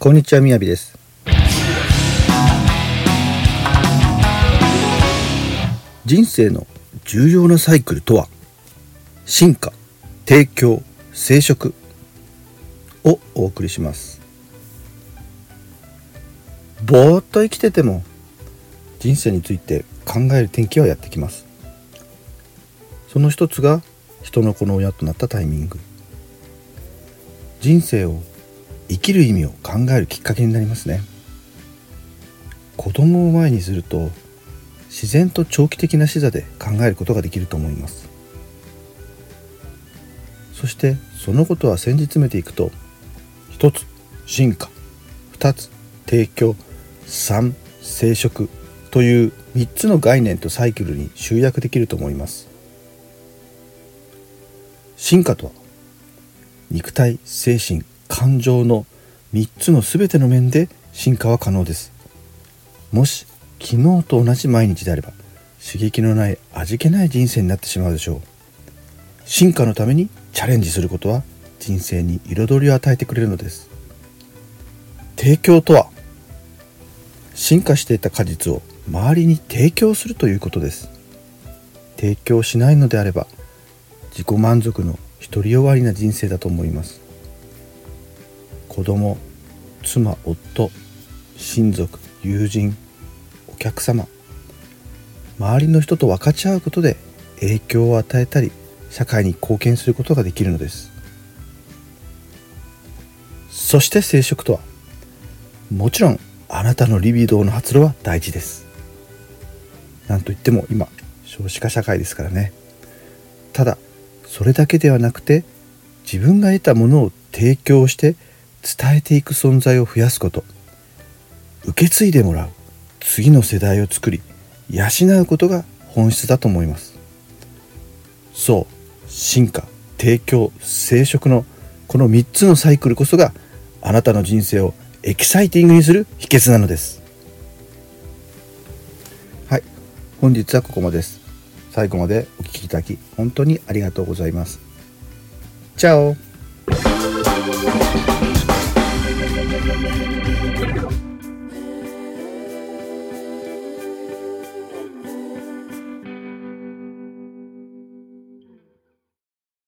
こんにちは、みやびです。人生の重要なサイクルとは、進化、提供、生殖をお送りします。ぼーっと生きてても人生について考える転機はやってきます。その一つが人の子の親となったタイミング。人生を生きる意味を考えるきっかけになりますね。子供を前にすると自然と長期的な視座で考えることができると思います。そしてそのことは先日詰めていくと、一つ進化、二つ提供、三生殖という3つの概念とサイクルに集約できると思います。進化とは肉体、精神、感情の3つのすべての面で進化は可能です。もし昨日と同じ毎日であれば、刺激のない味気ない人生になってしまうでしょう。進化のためにチャレンジすることは人生に彩りを与えてくれるのです。提供とは、進化していた果実を周りに提供するということです。提供しないのであれば、自己満足の独りよがりな人生だと思います。子供、妻、夫、親族、友人、お客様、周りの人と分かち合うことで影響を与えたり、社会に貢献することができるのです。そして生殖とは、もちろんあなたのリビドーの発露は大事です。なんといっても今少子化社会ですからね。ただそれだけではなくて、自分が得たものを提供して伝えていく存在を増やすこと、受け継いでもらう、次の世代を作り養うことが本質だと思います。そう、進化、提供、生殖のこの3つのサイクルこそがあなたの人生をエキサイティングにする秘訣なのです。はい、本日はここまでです。最後までお聞きいただき本当にありがとうございます。チャオ。